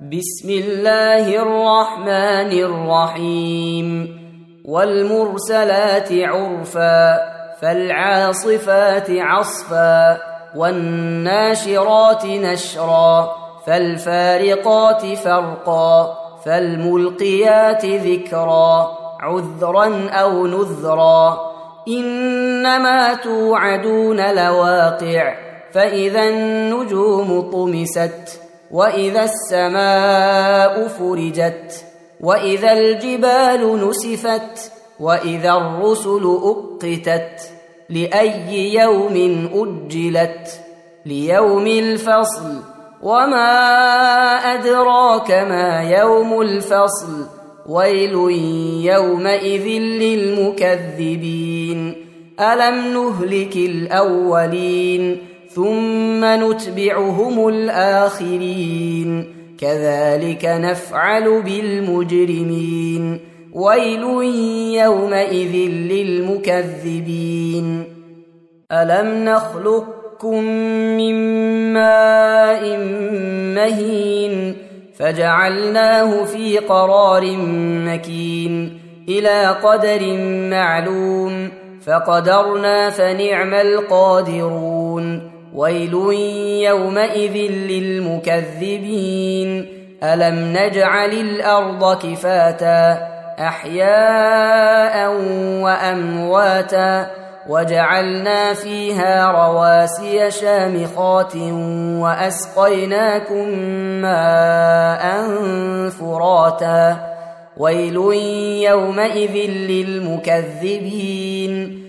بسم الله الرحمن الرحيم والمرسلات عرفا فالعاصفات عصفا والناشرات نشرا فالفارقات فرقا فالملقيات ذكرا عذرا أو نذرا إنما توعدون لواقع فإذا النجوم طمست وإذا السماء فرجت وإذا الجبال نسفت وإذا الرسل أقتت لأي يوم أجلت ليوم الفصل وما أدراك ما يوم الفصل ويل يومئذ للمكذبين ألم نهلك الأولين ثم نتبعهم الآخرين كذلك نفعل بالمجرمين ويل يومئذ للمكذبين ألم نخلقكم من ماء مهين فجعلناه في قرار مكين إلى قدر معلوم فقدرنا فنعم القادرون ويل يومئذ للمكذبين ألم نجعل الأرض كفاتا أحياء وأمواتا وجعلنا فيها رواسي شامخات وأسقيناكم ماء فراتا ويل يومئذ للمكذبين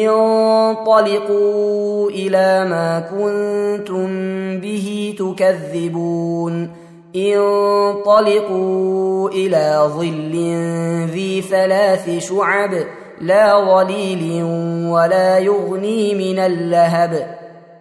انطلقوا إلى ما كنتم به تكذبون انطلقوا إلى ظل ذي 3 شعب لا ظليل ولا يغني من اللهب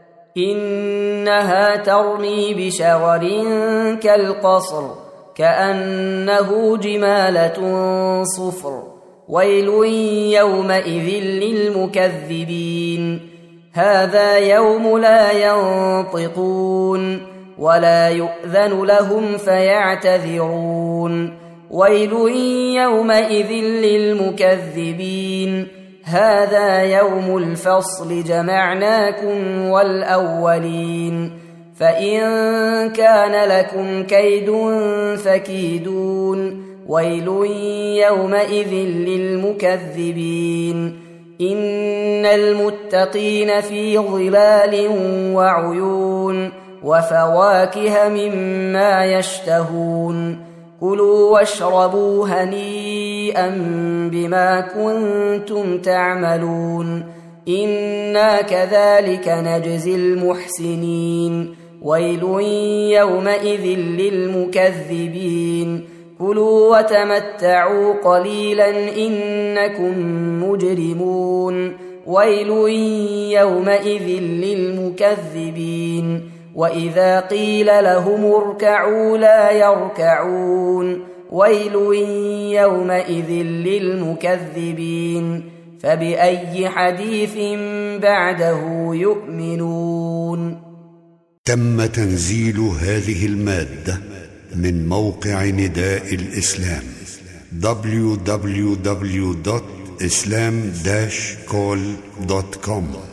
إنها ترمي بشرر كالقصر كأنه جمالة صفر ويل يومئذ للمكذبين هذا يوم لا ينطقون ولا يؤذن لهم فيعتذرون ويل يومئذ للمكذبين هذا يوم الفصل جمعناكم والأولين فإن كان لكم كيد فكيدون ويل يومئذ للمكذبين إن المتقين في ظلال وعيون وفواكه مما يشتهون كلوا واشربوا هنيئا بما كنتم تعملون إنا كذلك نجزي المحسنين ويل يومئذ للمكذبين كلوا وتمتعوا قليلا إنكم مجرمون ويل يومئذ للمكذبين وإذا قيل لهم اركعوا لا يركعون ويل يومئذ للمكذبين فبأي حديث بعده يؤمنون. تم تنزيل هذه المادة من موقع نداء الإسلام www.islam-call.com